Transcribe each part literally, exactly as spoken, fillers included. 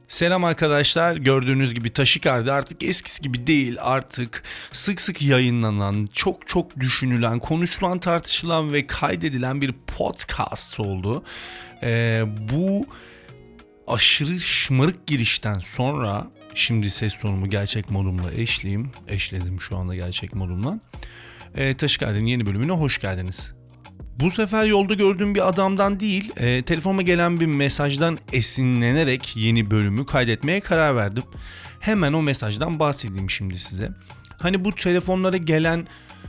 Selam arkadaşlar. Gördüğünüz gibi Taşikardi artık eskisi gibi değil. Artık sık sık yayınlanan, çok çok düşünülen, konuşulan, tartışılan ve kaydedilen bir podcast oldu. Ee, bu aşırı şımarık girişten sonra şimdi ses tonumu gerçek modumla eşleyeyim. Eşledim şu anda gerçek modumla. Ee, Taşikardi'nin yeni bölümüne hoş geldiniz. Bu sefer yolda gördüğüm bir adamdan değil, e, telefonuma gelen bir mesajdan esinlenerek yeni bölümü kaydetmeye karar verdim. Hemen o mesajdan bahsedeyim şimdi size. Hani bu telefonlara gelen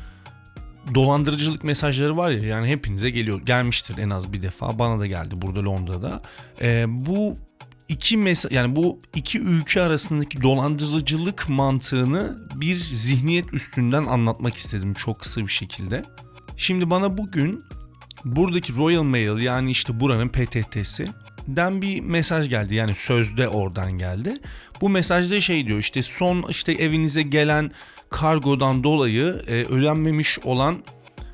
dolandırıcılık mesajları var ya, yani hepinize geliyor, gelmiştir en az bir defa. Bana da geldi burada Londra'da. E, bu iki mes- yani bu iki ülke arasındaki dolandırıcılık mantığını bir zihniyet üstünden anlatmak istedim çok kısa bir şekilde. Şimdi bana bugün buradaki Royal Mail, yani işte buranın P T T'sinden bir mesaj geldi. Yani sözde oradan geldi. Bu mesajda şey diyor, işte son işte evinize gelen kargodan dolayı e, ödenmemiş olan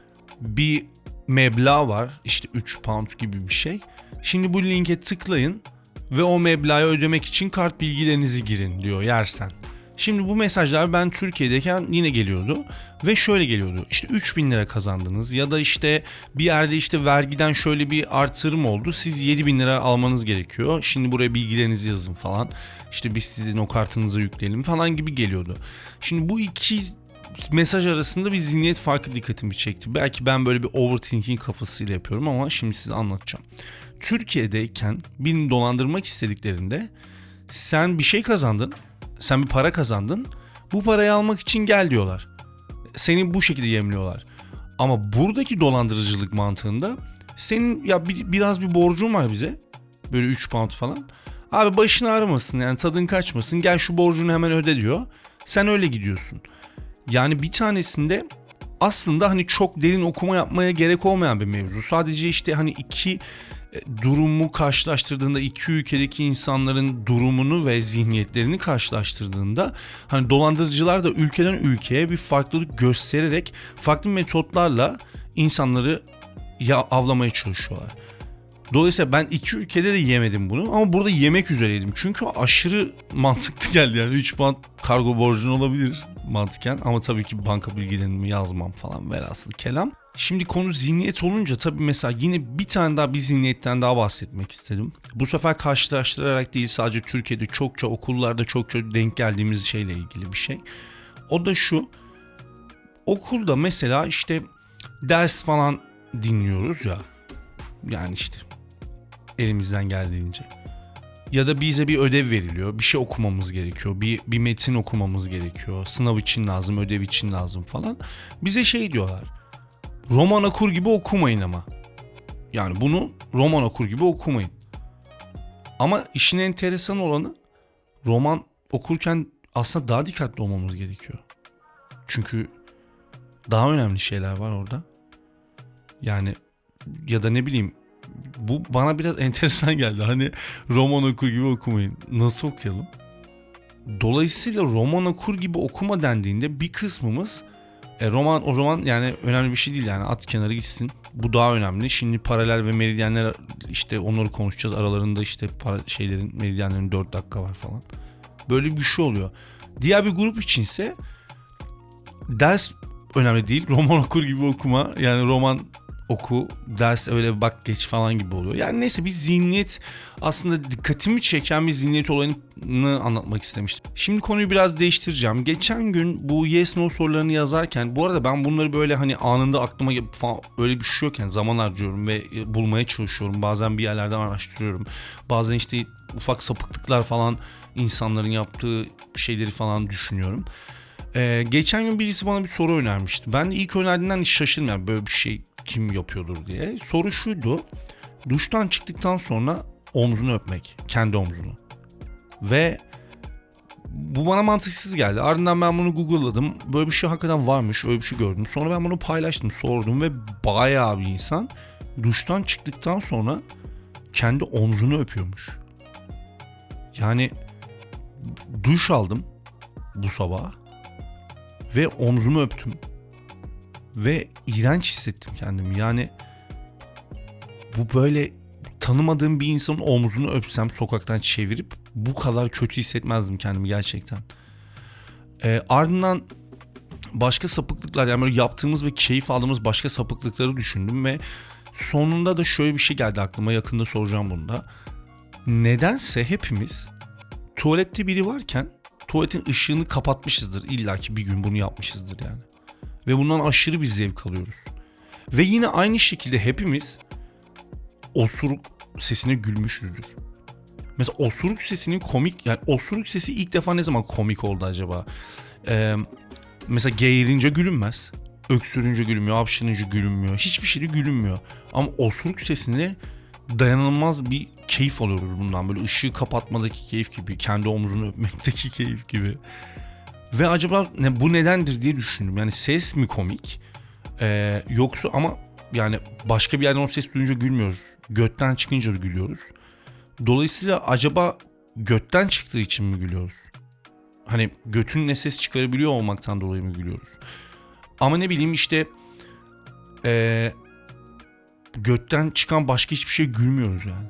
bir meblağ var. İşte üç pound gibi bir şey. Şimdi bu linke tıklayın ve o meblağı ödemek için kart bilgilerinizi girin diyor yersen. Şimdi bu mesajlar ben Türkiye'deyken yine geliyordu ve şöyle geliyordu. İşte üç bin lira kazandınız ya da işte bir yerde işte vergiden şöyle bir artırım oldu. Siz yedi bin lira almanız gerekiyor. Şimdi buraya bilgilerinizi yazın falan. İşte biz sizin o kartınıza yükleyelim falan gibi geliyordu. Şimdi bu iki mesaj arasında bir zihniyet farkı dikkatimi çekti. Belki ben böyle bir overthinking kafasıyla yapıyorum ama şimdi size anlatacağım. Türkiye'deyken birini dolandırmak istediklerinde sen bir şey kazandın. Sen bir para kazandın. Bu parayı almak için gel diyorlar. Seni bu şekilde yemliyorlar. Ama buradaki dolandırıcılık mantığında senin ya bir, biraz bir borcun var bize. Böyle üç pound falan. Abi başın ağrımasın, yani tadın kaçmasın. Gel şu borcunu hemen öde diyor. Sen öyle gidiyorsun. Yani bir tanesinde aslında hani çok derin okuma yapmaya gerek olmayan bir mevzu. Sadece işte hani iki durumu karşılaştırdığında, iki ülkedeki insanların durumunu ve zihniyetlerini karşılaştırdığında hani dolandırıcılar da ülkeden ülkeye bir farklılık göstererek farklı metotlarla insanları ya avlamaya çalışıyorlar. Dolayısıyla ben iki ülkede de yemedim bunu ama burada yemek üzereydim. Çünkü aşırı mantıklı geldi, yani üç pound kargo borcun olabilir mantıken ama tabii ki banka bilgilerimi yazmam falan velhasıl kelam. Şimdi konu zihniyet olunca tabii mesela yine bir tane daha bir zihniyetten daha bahsetmek istedim. Bu sefer karşılaştırarak değil, sadece Türkiye'de çokça okullarda çokça denk geldiğimiz şeyle ilgili bir şey. O da şu: okulda mesela işte ders falan dinliyoruz ya, yani işte elimizden geldiğince. Ya da bize bir ödev veriliyor, bir şey okumamız gerekiyor, bir, bir metin okumamız gerekiyor, sınav için lazım, ödev için lazım falan. Bize şey diyorlar: roman okur gibi okumayın ama. Yani bunu roman okur gibi okumayın. Ama işin enteresan olanı, roman okurken aslında daha dikkatli olmamız gerekiyor. Çünkü daha önemli şeyler var orada. Yani ya da ne bileyim, bu bana biraz enteresan geldi. Hani roman okur gibi okumayın. Nasıl okuyalım? Dolayısıyla roman okur gibi okuma dendiğinde bir kısmımız E, roman o zaman yani önemli bir şey değil, yani at kenarı gitsin. Bu daha önemli. Şimdi paralel ve meridyenler, işte onları konuşacağız. Aralarında işte para, şeylerin, meridyenlerin dört dakika var falan. Böyle bir şey oluyor. Diğer bir grup içinse ders önemli değil. Roman okur gibi okuma. Yani roman oku, ders öyle bak geç falan gibi oluyor. Yani neyse, bir zihniyet, aslında dikkatimi çeken bir zihniyet olayını anlatmak istemiştim. Şimdi konuyu biraz değiştireceğim. Geçen gün bu yes no sorularını yazarken, bu arada ben bunları böyle hani anında aklıma falan öyle bir şey yokken zaman harcıyorum ve bulmaya çalışıyorum. Bazen bir yerlerden araştırıyorum. Bazen işte ufak sapıklıklar falan, insanların yaptığı şeyleri falan düşünüyorum. Ee, geçen gün birisi bana bir soru önermişti. Ben de ilk önerdiğinden hiç şaşırdım, yani böyle bir şey kim yapıyordur diye. Soru şuydu: duştan çıktıktan sonra omzunu öpmek, kendi omzunu. Ve bu bana mantıksız geldi. Ardından ben bunu Google'ladım. Böyle bir şey hakikaten varmış, öyle bir şey gördüm. Sonra ben bunu paylaştım, sordum ve bayağı bir insan duştan çıktıktan sonra kendi omzunu öpüyormuş. Yani duş aldım bu sabah ve omzumu öptüm. Ve iğrenç hissettim kendimi. Yani bu böyle tanımadığım bir insanın omzunu öpsem sokaktan çevirip bu kadar kötü hissetmezdim kendimi gerçekten. E, ardından başka sapıklıklar, yani böyle yaptığımız ve keyif aldığımız başka sapıklıkları düşündüm ve sonunda da şöyle bir şey geldi aklıma, yakında soracağım bunu da. Nedense hepimiz tuvalette biri varken tuvaletin ışığını kapatmışızdır. İlla ki bir gün bunu yapmışızdır yani. Ve bundan aşırı bir zevk alıyoruz. Ve yine aynı şekilde hepimiz osuruk sesine gülmüşüzdür. Mesela osuruk sesinin komik, yani osuruk sesi ilk defa ne zaman komik oldu acaba? Ee, mesela geğirince gülünmez. Öksürünce gülünmüyor, hapşırınca gülünmüyor. Hiçbir şeyde gülünmüyor. Ama osuruk sesine dayanılmaz bir keyif alıyoruz bundan. Böyle ışığı kapatmadaki keyif gibi, kendi omzunu öpmekteki keyif gibi. Ve acaba ne, bu nedendir diye düşündüm. Yani ses mi komik? Ee, yoksa ama yani başka bir yerden o ses duyunca gülmüyoruz. Götten çıkınca gülüyoruz. Dolayısıyla acaba götten çıktığı için mi gülüyoruz? Hani götün ne ses çıkarabiliyor olmaktan dolayı mı gülüyoruz? Ama ne bileyim işte ee, götten çıkan başka hiçbir şey gülmüyoruz yani.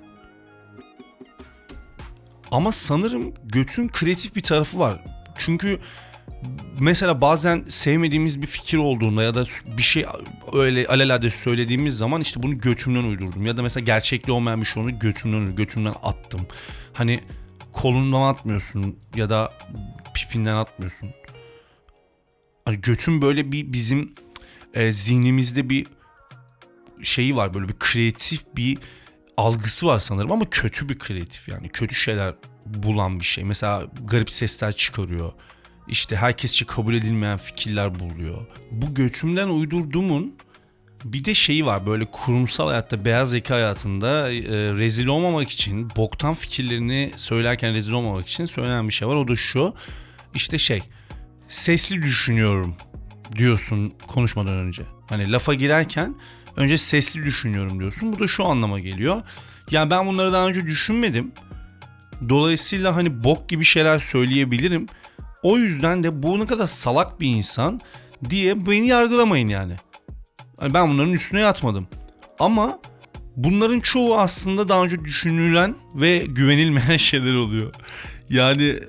Ama sanırım götün kreatif bir tarafı var. Çünkü mesela bazen sevmediğimiz bir fikir olduğunda ya da bir şey öyle alelade söylediğimiz zaman işte bunu götümden uydurdum. Ya da mesela gerçekliği olmayan bir şey onu götümden, götümden attım. Hani kolundan atmıyorsun ya da pipinden atmıyorsun. Hani götün böyle bir bizim e, zihnimizde bir şeyi var, böyle bir kreatif bir algısı var sanırım ama kötü bir kreatif, yani kötü şeyler bulan bir şey. Mesela garip sesler çıkarıyor. İşte herkesçe kabul edilmeyen fikirler buluyor. Bu götümden uydurduğumun bir de şeyi var, böyle kurumsal hayatta, beyaz yaka hayatında e, rezil olmamak için, boktan fikirlerini söylerken rezil olmamak için söylenen bir şey var. O da şu, işte şey, sesli düşünüyorum diyorsun konuşmadan önce. Hani lafa girerken önce sesli düşünüyorum diyorsun. Bu da şu anlama geliyor. Yani ben bunları daha önce düşünmedim. Dolayısıyla hani bok gibi şeyler söyleyebilirim. O yüzden de bu ne kadar salak bir insan diye beni yargılamayın yani. Hani ben bunların üstüne yatmadım. Ama bunların çoğu aslında daha önce düşünülen ve güvenilmeyen şeyler oluyor. Yani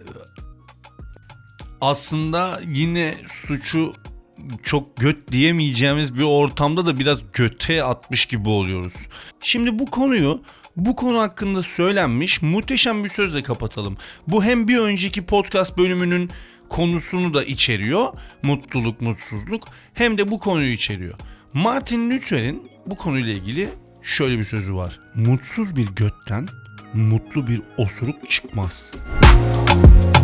aslında yine suçu çok göt diyemeyeceğimiz bir ortamda da biraz göte atmış gibi oluyoruz. Şimdi bu konuyu, bu konu hakkında söylenmiş muhteşem bir sözle kapatalım. Bu hem bir önceki podcast bölümünün konusunu da içeriyor, mutluluk, mutsuzluk, hem de bu konuyu içeriyor. Martin Luther'in bu konuyla ilgili şöyle bir sözü var. Mutsuz bir götten mutlu bir osuruk çıkmaz.